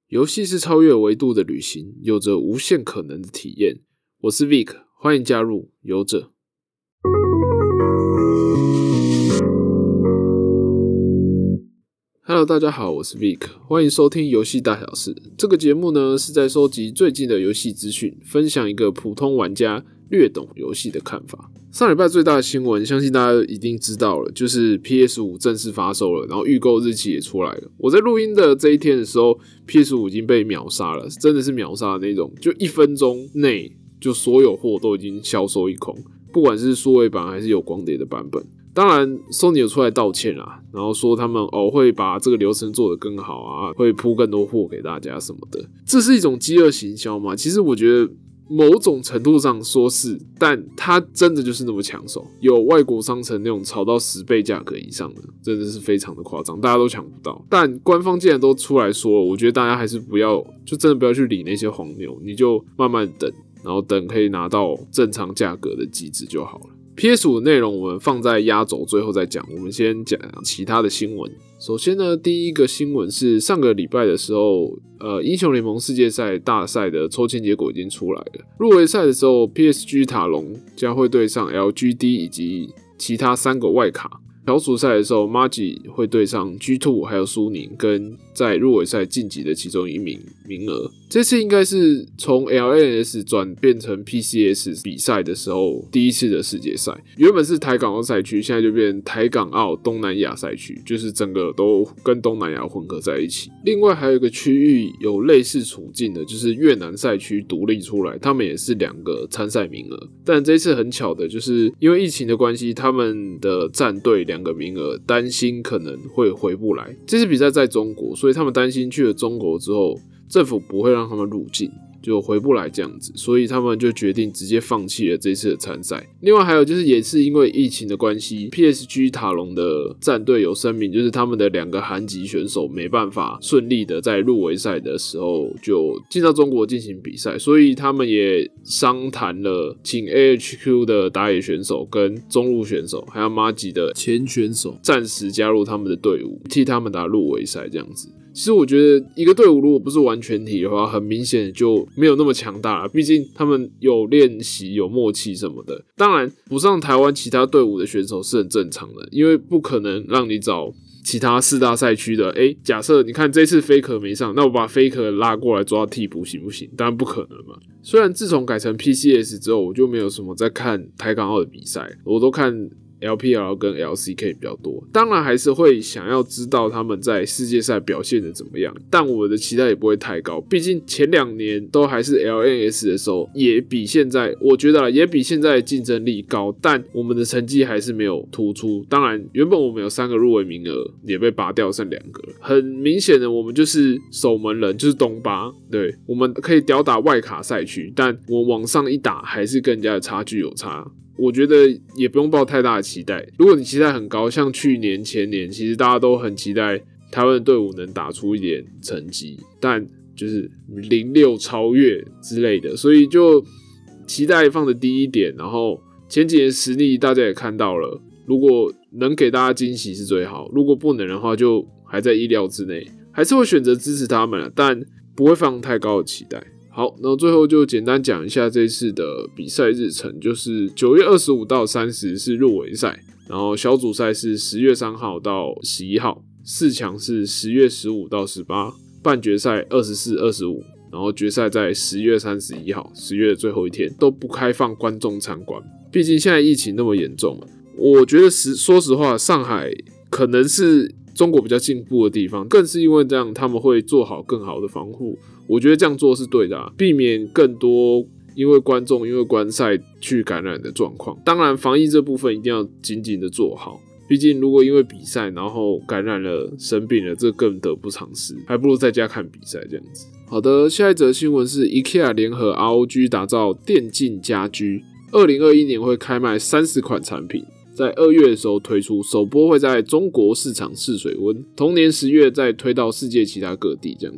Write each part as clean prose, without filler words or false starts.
游戏是超越维度的旅行，有着无限可能的体验。我是 Vic， 欢迎加入游者。Hello， 大家好，我是 Vic， 欢迎收听游戏大小事。这个节目呢是在收集最近的游戏资讯，分享一个普通玩家略懂游戏的看法。上礼拜最大的新闻，相信大家已经知道了，就是 PS5 正式发售了，然后预购日期也出来了。我在录音的这一天的时候 ，PS5 已经被秒杀了，真的是秒杀的那种，就1分钟内就所有货都已经销售一空，不管是数位版还是有光碟的版本。当然 Sony 有出来道歉啦，然后说他们会把这个流程做得更好啊，会铺更多货给大家什么的。这是一种饥饿行销吗？其实我觉得某种程度上说是，但它真的就是那么抢手，有外国商城那种炒到10倍价格以上的，真的是非常的夸张，大家都抢不到。但官方既然都出来说了，我觉得大家还是不要，就真的不要去理那些黄牛，你就慢慢等，然后等可以拿到正常价格的机制就好了。PS5 的内容我们放在压轴最后再讲，我们先讲其他的新闻。首先呢，第一个新闻是上个礼拜的时候，英雄联盟世界赛大赛的抽签结果已经出来了。入围赛的时候 ，PSG 塔隆将会对上 LGD 以及其他3个外卡。小组赛的时候 ，Magi 会对上 G2 还有苏宁，跟在入围赛晋级的其中一名名额。这次应该是从 LNS 转变成 PCS 比赛的时候第一次的世界赛。原本是台港澳赛区，现在就变成台港澳东南亚赛区，就是整个都跟东南亚混合在一起。另外还有一个区域有类似处境的，就是越南赛区独立出来，他们也是2个参赛名额。但这一次很巧的，就是因为疫情的关系，他们的战队2个名额担心可能会回不来。这次比赛在中国，所以他们担心去了中国之后，政府不会让他们入境，就回不来这样子，所以他们就决定直接放弃了这次的参赛。另外还有就是也是因为疫情的关系 ，PSG 塔隆的战队有声明，就是他们的2个韩籍选手没办法顺利的在入围赛的时候就进到中国进行比赛，所以他们也商谈了请 AHQ 的打野选手跟中路选手，还有 Magi 的前选手暂时加入他们的队伍，替他们打入围赛这样子。其实我觉得一个队伍如果不是完全体的话，很明显就没有那么强大了，毕竟他们有练习有默契什么的。当然不上台湾其他队伍的选手是很正常的，因为不可能让你找其他4大赛区的假设你看这次 Faker 没上，那我把 Faker 拉过来抓替补行不行？当然不可能嘛。虽然自从改成 PCS 之后，我就没有什么在看台港澳的比赛，我都看LPL 跟 LCK 比较多，当然还是会想要知道他们在世界赛表现的怎么样，但我的期待也不会太高，毕竟前2年都还是 LNS 的时候，也比现在我觉得也比现在的竞争力高，但我们的成绩还是没有突出。当然原本我们有3个入围名额也被拔掉，剩2个了，很明显的我们就是守门人，就是东巴，对，我们可以吊打外卡赛区，但我往上一打还是跟人家的差距有差。我觉得也不用抱太大的期待，如果你期待很高，像去年前年其实大家都很期待台湾的队伍能打出一点成绩，但就是06超越之类的，所以就期待放的低一点，然后前几年实力大家也看到了，如果能给大家惊喜是最好，如果不能的话就还在意料之内，还是会选择支持他们，但不会放太高的期待。好，然后最后就简单讲一下这次的比赛日程，就是9月25到30是入围赛，然后小组赛是10月3号到11号，4强是10月15到18，半决赛24、25，然后决赛在10月31号，10月的最后一天都不开放观众参观，毕竟现在疫情那么严重，我觉得说实话，上海可能是中国比较进步的地方，更是因为这样他们会做好更好的防护，我觉得这样做是对的避免更多因为观众因为观赛去感染的状况。当然防疫这部分一定要紧紧的做好，毕竟如果因为比赛然后感染了生病了，这更得不偿失，还不如在家看比赛这样子。好的，下一则新闻是 IKEA 联合 ROG 打造电竞家居，2021年会开卖30款产品，在2月的时候推出，首播会在中国市场试水温，同年10月再推到世界其他各地这样子。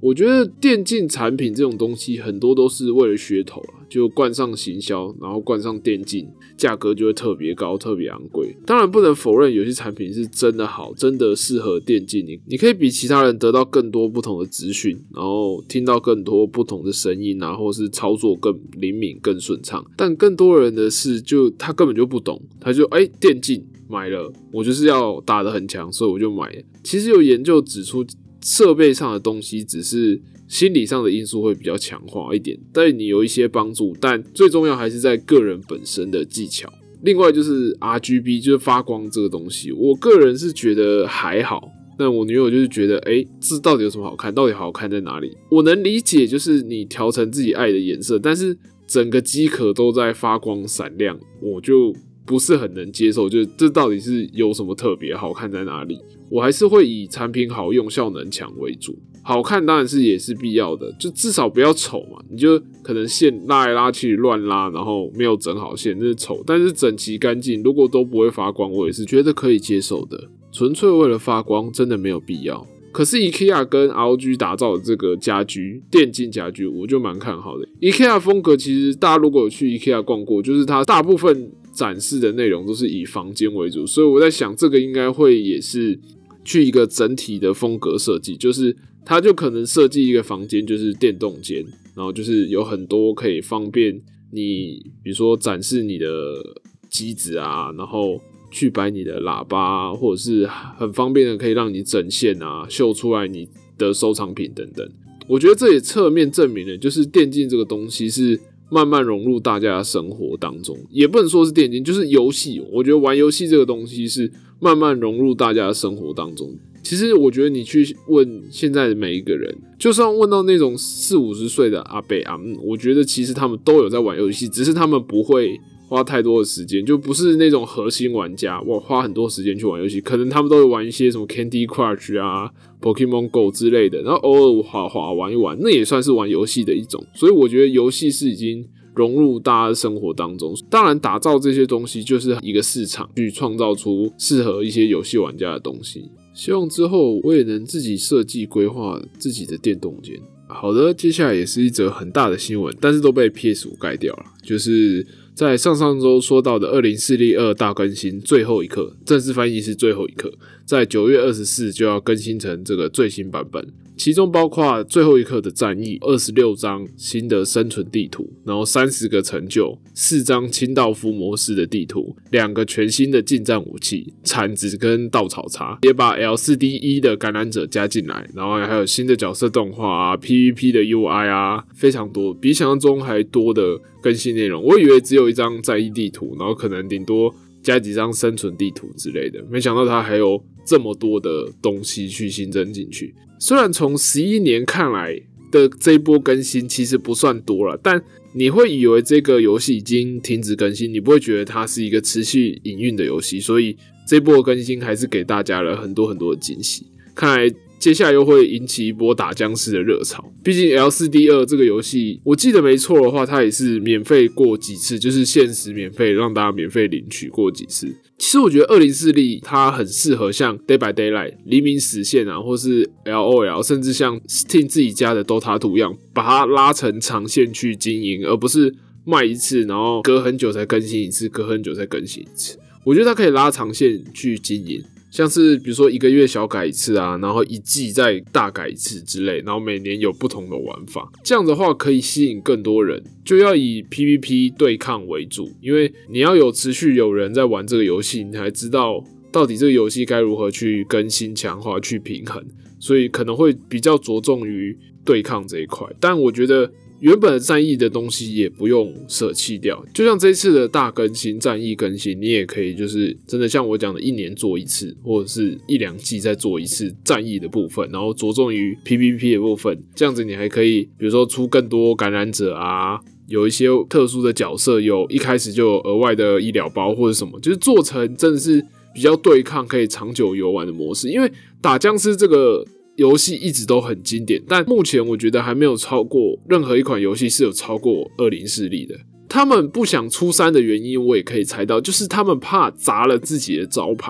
我觉得电竞产品这种东西很多都是为了噱头啦，就冠上行销，然后冠上电竞，价格就会特别高，特别昂贵。当然不能否认有些产品是真的好，真的适合电竞，你可以比其他人得到更多不同的资讯，然后听到更多不同的声音啊，或是操作更灵敏、更顺畅。但更多人的是就他根本就不懂，他就电竞买了，我就是要打得很强，所以我就买了。其实有研究指出，设备上的东西只是心理上的因素会比较强化一点，对你有一些帮助，但最重要还是在个人本身的技巧。另外就是 RGB， 就是发光这个东西，我个人是觉得还好，但我女友就是觉得这到底有什么好看，到底好看在哪里？我能理解就是你调成自己爱的颜色，但是整个机壳都在发光闪亮，我就不是很能接受，就这到底是有什么特别，好看在哪里？我还是会以产品好用、效能强为主。好看当然是也是必要的，就至少不要丑嘛。你就可能线拉来拉去乱拉，然后没有整好线，这是丑。但是整齐干净，如果都不会发光，我也是觉得可以接受的。纯粹为了发光，真的没有必要。可是 IKEA 跟 ROG 打造的这个家居，电竞家居，我就蛮看好的。IKEA 风格其实大家如果有去 IKEA 逛过，就是它大部分展示的内容都是以房间为主，所以我在想这个应该会也是去一个整体的风格设计，就是它就可能设计一个房间就是电动间，然后就是有很多可以方便你，比如说展示你的机子啊，然后去摆你的喇叭啊，或者是很方便的可以让你整线啊，秀出来你的收藏品等等。我觉得这也侧面证明了，就是电竞这个东西是慢慢融入大家的生活当中，也不能说是电竞，就是游戏。我觉得玩游戏这个东西是慢慢融入大家的生活当中。其实我觉得你去问现在的每一个人，就算问到那种40-50岁的阿伯阿姆，我觉得其实他们都有在玩游戏，只是他们不会花太多的时间，就不是那种核心玩家，我花很多时间去玩游戏，可能他们都会玩一些什么 Candy Crush 啊、Pokemon Go 之类的，然后偶尔滑玩一玩，那也算是玩游戏的一种。所以我觉得游戏是已经融入大家的生活当中。当然，打造这些东西就是一个市场，去创造出适合一些游戏玩家的东西。希望之后我也能自己设计规划自己的电动间。好的，接下来也是一则很大的新闻，但是都被 PS5 盖掉了，就是在上周说到的2042大更新最后一刻，正式翻译是最后一刻，在9月24就要更新成这个最新版本，其中包括最后一刻的战役、26张新的生存地图，然后30个成就、4张清道夫模式的地图、2个全新的近战武器、铲子跟稻草叉，也把 L4D1 的感染者加进来，然后还有新的角色动画啊、PVP 的 UI 啊，非常多，比想象中还多的更新内容。我以为只有一张战役地图，然后可能顶多加几张生存地图之类的，没想到它还有这么多的东西去新增进去。虽然从11年看来的这一波更新其实不算多了，但你会以为这个游戏已经停止更新，你不会觉得它是一个持续营运的游戏，所以这波更新还是给大家了很多很多的惊喜。看来接下来又会引起一波打僵尸的热潮。毕竟 L4D2 这个游戏，我记得没错的话，它也是免费过几次，就是限时免费让大家免费领取过几次。其实我觉得2040它很适合像 Day by Daylight 黎明实现啊，或是 LOL， 甚至像 Steam 自己家的 Dota 2一样，把它拉成长线去经营，而不是卖一次然后隔很久才更新一次，隔很久才更新一次。我觉得它可以拉长线去经营，像是比如说1个月小改一次啊，然后1季再大改一次之类，然后每年有不同的玩法，这样的话可以吸引更多人。就要以 PVP 对抗为主，因为你要有持续有人在玩这个游戏，你才知道到底这个游戏该如何去更新强化去平衡，所以可能会比较着重于对抗这一块。但我觉得原本的战役的东西也不用舍弃掉，就像这一次的大更新、战役更新，你也可以就是真的像我讲的1年做一次，或者是1-2季再做一次战役的部分，然后着重于 PVP 的部分，这样子你还可以比如说出更多感染者啊，有一些特殊的角色，有一开始就有额外的医疗包或者什么，就是做成真的是比较对抗可以长久游玩的模式。因为打僵尸这个游戏一直都很经典，但目前我觉得还没有超过任何一款游戏是有超过2040的。他们不想出3的原因我也可以猜到，就是他们怕砸了自己的招牌。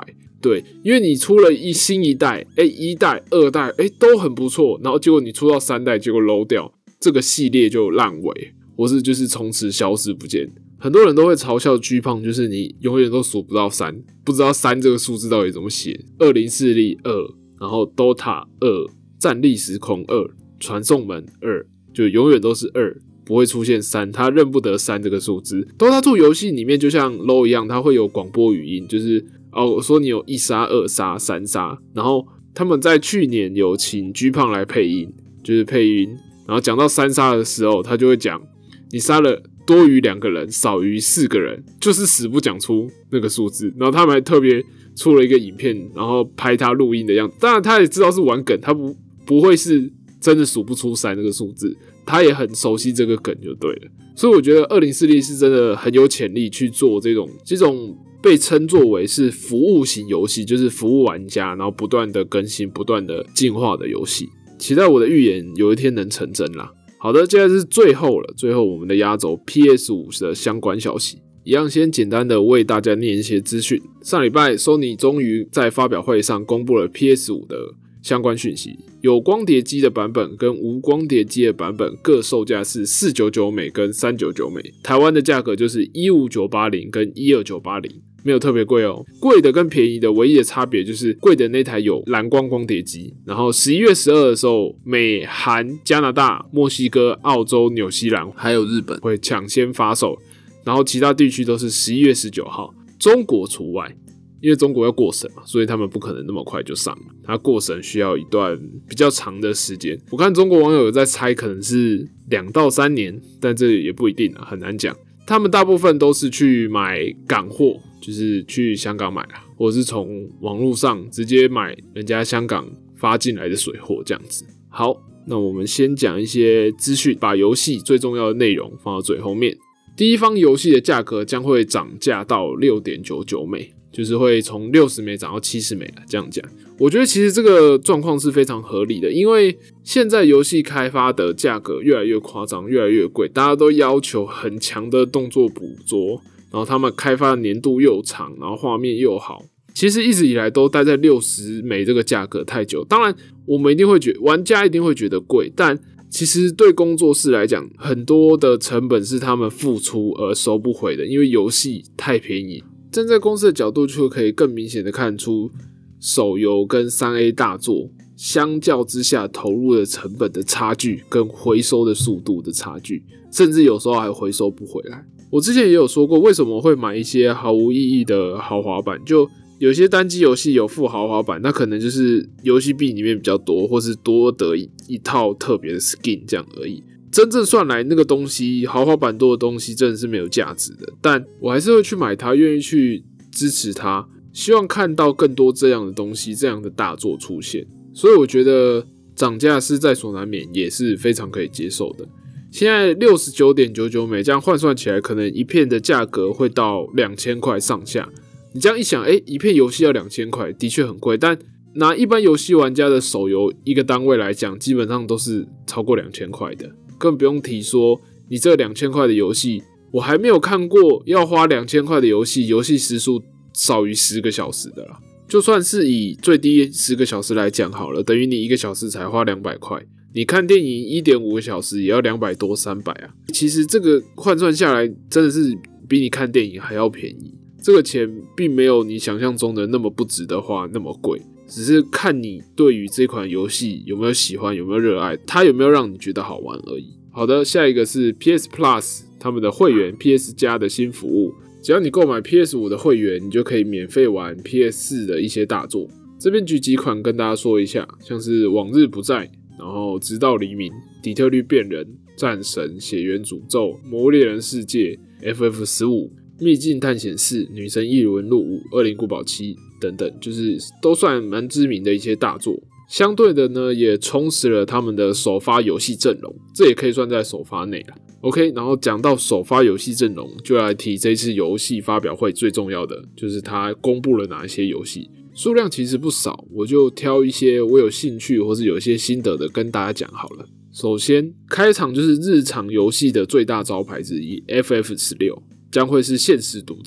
对，因为你出了新一代，1代、2代，都很不错，然后结果你出到3代，结果 low 掉，这个系列就烂尾，或是就是从此消失不见。很多人都会嘲笑 G 胖，就是你永远都数不到3，不知道3这个数字到底怎么写。2042 2，然后 Dota 2，战力时空2，传送门2，就永远都是2。不会出现3，他认不得3这个数字。Dota 2游戏里面就像 LoL 一样，它会有广播语音，就是说你有1杀、2杀、3杀，然后他们在去年有请 G 胖来配音，就是配音，然后讲到3杀的时候，他就会讲你杀了多于2个人，少于4个人，就是死不讲出那个数字。然后他们还特别出了一个影片，然后拍他录音的样子。当然他也知道是玩梗，他不会是真的数不出3这个数字。他也很熟悉这个梗就对了，所以我觉得2042是真的很有潜力去做这种被称作为是服务型游戏，就是服务玩家，然后不断的更新、不断的进化的游戏。期待我的预言有一天能成真啦。好的，接下来是最后我们的压轴 PS5 的相关消息，一样先简单的为大家念一些资讯。上礼拜 Sony 终于在发表会上公布了 PS5 的相关讯息，有光碟机的版本跟无光碟机的版本各售价是499美跟399美，台湾的价格就是15980跟12980，没有特别贵哦。贵的跟便宜的唯一的差别就是贵的那台有蓝光光碟机，然后11月12的时候，美、韩、加拿大、墨西哥、澳洲、纽西兰还有日本会抢先发售，然后其他地区都是11月19号，中国除外。因为中国要过审嘛，所以他们不可能那么快就上了，他过审需要一段比较长的时间。我看中国网友有在猜可能是2到3年，但这也不一定啊，很难讲。他们大部分都是去买港货，就是去香港买啦，或者是从网络上直接买人家香港发进来的水货这样子。好，那我们先讲一些资讯，把游戏最重要的内容放到最后面。第一方游戏的价格将会涨价到 6.99 美，就是会从60美涨到70美啦，这样讲。我觉得其实这个状况是非常合理的，因为现在游戏开发的价格越来越夸张，越来越贵，大家都要求很强的动作捕捉，然后他们开发的年度又长，然后画面又好。其实一直以来都待在60美这个价格太久，当然我们一定会玩家一定会觉得贵，但其实对工作室来讲，很多的成本是他们付出而收不回的，因为游戏太便宜。站在公司的角度，就可以更明显的看出手游跟 3A 大作相较之下投入的成本的差距跟回收的速度的差距，甚至有时候还回收不回来。我之前也有说过，为什么会买一些毫无意义的豪华版，就有些单机游戏有附豪华版，那可能就是游戏币里面比较多，或是多得一套特别的 skin 这样而已。真正算来那个东西，豪华版多的东西真的是没有价值的，但我还是会去买它，愿意去支持它，希望看到更多这样的东西，这样的大作出现。所以我觉得涨价是在所难免，也是非常可以接受的。现在 69.99 美，这样换算起来，可能一片的价格会到2000块上下。你这样一想，一片游戏要2000块，的确很贵，但拿一般游戏玩家的手游一个单位来讲，基本上都是超过2000块的，更不用提说你这2000块的游戏，我还没有看过要花2000块的游戏，游戏时数少于10个小时的啦。就算是以最低10个小时来讲好了，等于你1个小时才花200块，你看电影 1.5 个小时也要200多300啊。其实这个换算下来真的是比你看电影还要便宜，这个钱并没有你想象中的那么不值得花，那么贵，只是看你对于这款游戏有没有喜欢，有没有热爱，它有没有让你觉得好玩而已。好的，下一个是 PS Plus 他们的会员 PS 加的新服务，只要你购买 PS5 的会员，你就可以免费玩 PS4 的一些大作。这边举几款跟大家说一下，像是往日不再，然后直到黎明、底特律变人、战神、血缘诅咒、魔物猎人世界、FF15、秘境探险4、女神异闻录5、恶灵古堡7等等，就是都算蛮知名的一些大作。相对的呢，也充实了他们的首发游戏阵容，这也可以算在首发内了。OK， 然后讲到首发游戏阵容，就来提这次游戏发表会最重要的，就是它公布了哪一些游戏，数量其实不少，我就挑一些我有兴趣或是有一些心得的跟大家讲好了。首先，开场就是日常游戏的最大招牌之一 FF16， 将会是限时独占。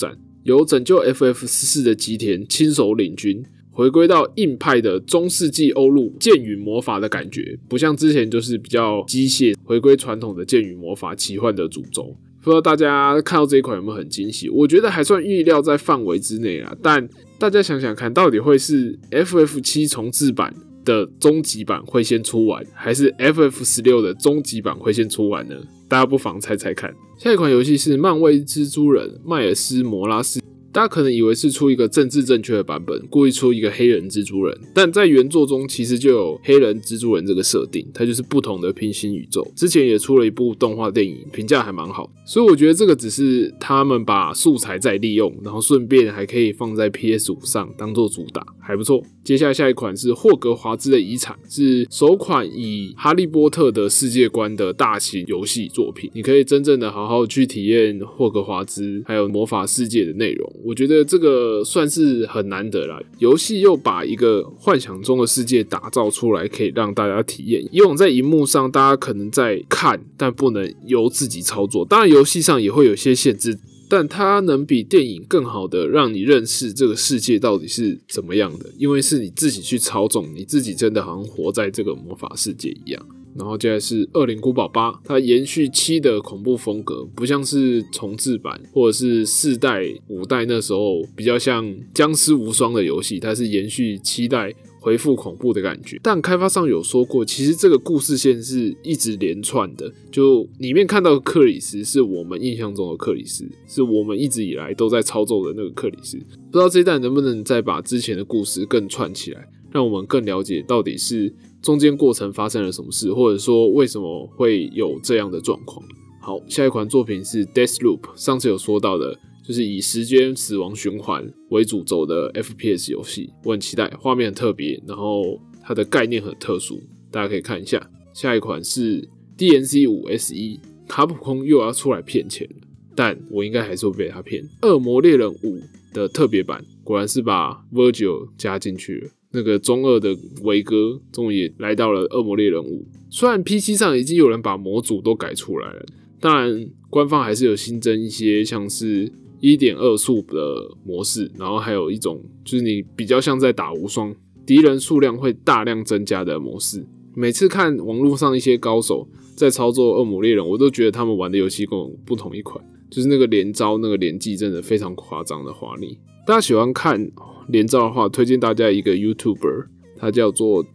由拯救 FF14 的吉田亲手领军，回归到硬派的中世纪欧陆剑与魔法的感觉，不像之前就是比较机械，回归传统的剑与魔法奇幻的主轴。不知道大家看到这一款有没有很惊喜？我觉得还算预料在范围之内啦，但大家想想看，到底会是 FF7 重制版的终极版会先出完，还是 FF16 的终极版会先出完呢？大家不妨猜猜看。下一款游戏是漫威蜘蛛人迈尔斯摩拉斯。大家可能以为是出一个政治正确的版本，故意出一个黑人蜘蛛人，但在原作中其实就有黑人蜘蛛人这个设定，它就是不同的平行宇宙。之前也出了一部动画电影，评价还蛮好，所以我觉得这个只是他们把素材再利用，然后顺便还可以放在 PS5 上当做主打，还不错。接下来下一款是霍格华兹的遗产，是首款以哈利波特的世界观的大型游戏作品，你可以真正的好好去体验霍格华兹还有魔法世界的内容。我觉得这个算是很难得啦，游戏又把一个幻想中的世界打造出来，可以让大家体验。以往在萤幕上大家可能在看，但不能由自己操作，当然游戏上也会有些限制，但它能比电影更好的让你认识这个世界到底是怎么样的，因为是你自己去操纵，你自己真的好像活在这个魔法世界一样。然后接下来是恶灵古堡8，它延续7的恐怖风格，不像是重制版或者是4代5代那时候比较像僵尸无双的游戏，它是延续7代恢复恐怖的感觉。但开发商有说过，其实这个故事线是一直连串的，就里面看到的克里斯是我们印象中的克里斯，是我们一直以来都在操作的那个克里斯。不知道这一代能不能再把之前的故事更串起来，让我们更了解到底是中间过程发生了什么事，或者说为什么会有这样的状况。好，下一款作品是 Deathloop， 上次有说到的，就是以时间死亡循环为主轴的 FPS 游戏，我很期待，画面很特别，然后它的概念很特殊，大家可以看一下。下一款是 DNC5 SE， 卡普空又要出来骗钱了，但我应该还是会被他骗。恶魔猎人5的特别版果然是把 Virgil 加进去了，那个中二的维哥终于也来到了恶魔猎人5。虽然 PC 上已经有人把模组都改出来了，当然官方还是有新增一些像是 1.2 速的模式，然后还有一种就是你比较像在打无双，敌人数量会大量增加的模式。每次看网络上一些高手在操作恶魔猎人，我都觉得他们玩的游戏跟我不同一款，就是那个连招那个连技真的非常夸张的华丽。大家喜欢看连招的话，推荐大家一个 YouTuber， 他叫做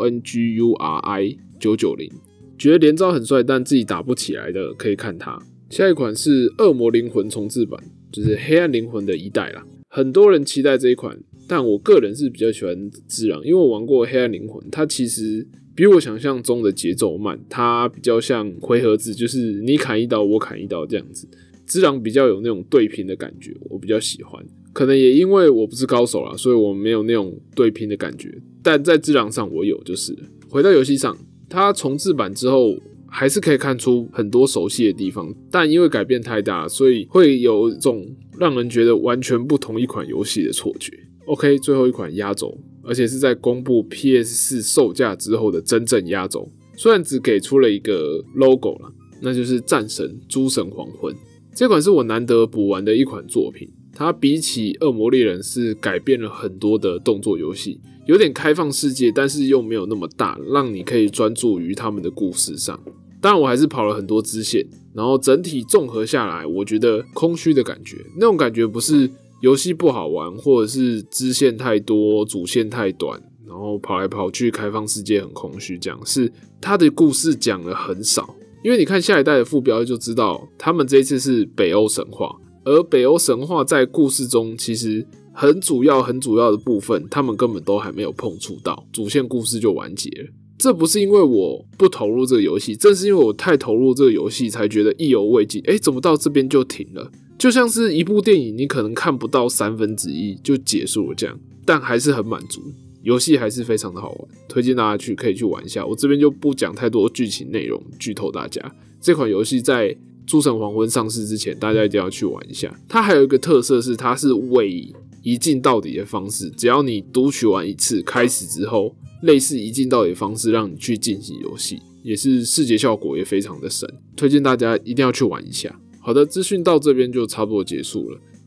DONGURI990， 觉得连招很帅但自己打不起来的可以看他。下一款是恶魔灵魂重置版，就是黑暗灵魂的1代啦，很多人期待这一款，但我个人是比较喜欢只狼，因为我玩过黑暗灵魂，它其实比我想象中的节奏慢，它比较像回合制，就是你砍一刀我砍一刀这样子。只狼比较有那种对拼的感觉，我比较喜欢。可能也因为我不是高手啦，所以我没有那种对拼的感觉，但在只狼上我有就是了。回到游戏上，它重制版之后还是可以看出很多熟悉的地方，但因为改变太大，所以会有一种让人觉得完全不同一款游戏的错觉。OK， 最后一款压轴，而且是在公布 PS4 售价之后的真正压轴，虽然只给出了一个 logo 啦，那就是战神诸神黄昏。这款是我难得补完的一款作品，它比起恶魔猎人是改变了很多的动作游戏，有点开放世界，但是又没有那么大，让你可以专注于他们的故事上。当然我还是跑了很多支线，然后整体综合下来，我觉得空虚的感觉，那种感觉不是游戏不好玩，或者是支线太多主线太短，然后跑来跑去开放世界很空虚，这样是他的故事讲了很少。因为你看下一代的副标就知道，他们这一次是北欧神话，而北欧神话在故事中其实很主要的部分，他们根本都还没有碰触到，主线故事就完结了。这不是因为我不投入这个游戏，正是因为我太投入这个游戏，才觉得意犹未尽。怎么到这边就停了？就像是一部电影，你可能看不到1/3就结束了这样，但还是很满足。游戏还是非常的好玩，推荐大家可以去玩一下。我这边就不讲太多剧情内容，剧透大家。这款游戏在诸神黄昏上市之前，大家一定要去玩一下。它还有一个特色是，它是伪一镜到底的方式，只要你读取完一次，开始之后，类似一镜到底的方式让你去进行游戏，也是视觉效果也非常的神，推荐大家一定要去玩一下。好的，资讯到这边就差不多结束了。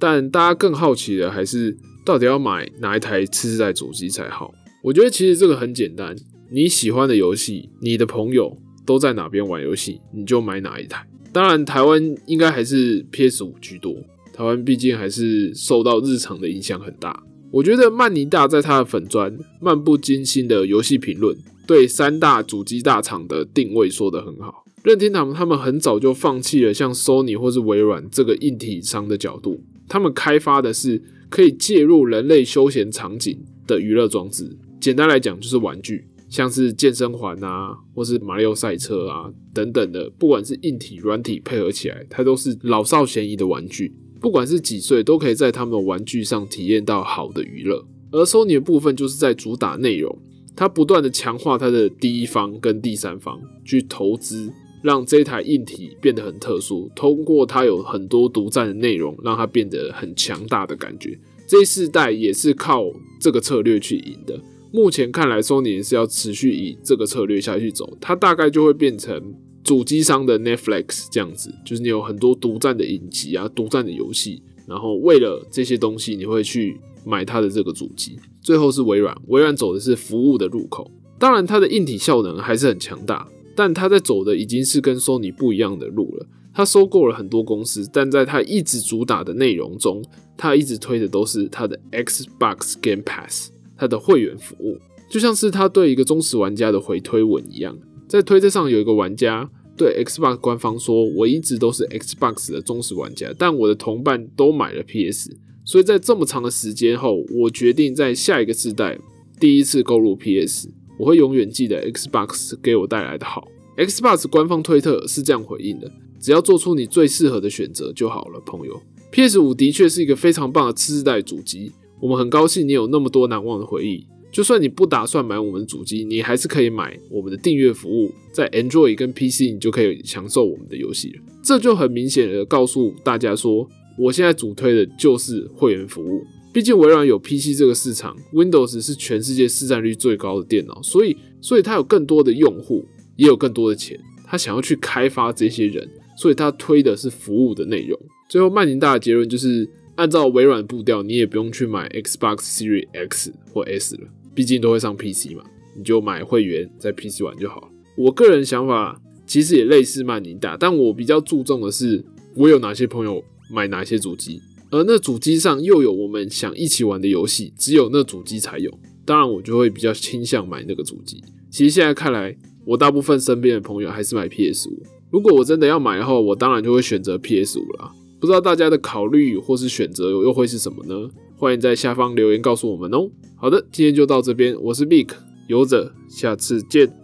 但大家更好奇的还是到底要买哪一台次世代主机才好。我觉得其实这个很简单，你喜欢的游戏，你的朋友都在哪边玩游戏，你就买哪一台。当然台湾应该还是 PS5 居多，台湾毕竟还是受到日常的影响很大。我觉得曼尼大在他的粉专漫不经心的游戏评论，对3大主机大厂的定位说得很好。任天堂他们很早就放弃了像 Sony 或是微软这个硬体商的角度，他们开发的是可以介入人类休闲场景的娱乐装置。简单来讲就是玩具，像是健身环啊，或是马里奥赛车啊等等的，不管是硬体软体配合起来，它都是老少咸宜的玩具，不管是几岁都可以在他们的玩具上体验到好的娱乐。而 Sony 的部分就是在主打内容，它不断的强化它的第一方跟第三方去投资，让这台硬体变得很特殊，通过它有很多独占的内容，让它变得很强大的感觉。这一世代也是靠这个策略去赢的。目前看来 Sony 也是要持续以这个策略下去走，它大概就会变成主机商的 Netflix 这样子，就是你有很多独占的影集啊，独占的游戏，然后为了这些东西你会去买它的这个主机。最后是微软，微软走的是服务的入口，当然它的硬体效能还是很强大，但它在走的已经是跟 Sony 不一样的路了。它收购了很多公司，但在它一直主打的内容中，它一直推的都是它的 Xbox Game Pass， 它的会员服务，就像是它对一个忠实玩家的回推文一样。在推特上有一个玩家对 Xbox 官方说，我一直都是 Xbox 的忠实玩家，但我的同伴都买了 PS， 所以在这么长的时间后，我决定在下一个世代第一次购入 PS， 我会永远记得 Xbox 给我带来的好。 Xbox 官方推特是这样回应的，只要做出你最适合的选择就好了，朋友。 PS5 的确是一个非常棒的次世代主机，我们很高兴你有那么多难忘的回忆。就算你不打算买我们的主机，你还是可以买我们的订阅服务，在 Android 跟 PC 你就可以享受我们的游戏了。这就很明显的告诉大家说，我现在主推的就是会员服务。毕竟微软有 PC 这个市场， Windows 是全世界市占率最高的电脑，所以它有更多的用户，也有更多的钱，他想要去开发这些人，所以他推的是服务的内容。最后曼宁大的结论就是，按照微软步调，你也不用去买 Xbox Series X 或 S 了，毕竟都会上 PC 嘛，你就买会员在 PC 玩就好。我个人想法其实也类似曼宁大，但我比较注重的是我有哪些朋友买哪些主机，而那主机上又有我们想一起玩的游戏，只有那主机才有，当然我就会比较倾向买那个主机。其实现在看来，我大部分身边的朋友还是买 PS5， 如果我真的要买的话，我当然就会选择 PS5 啦。不知道大家的考虑或是选择又会是什么呢？欢迎在下方留言告诉我们哦。好的，今天就到这边，我是 Vic 游者，下次见。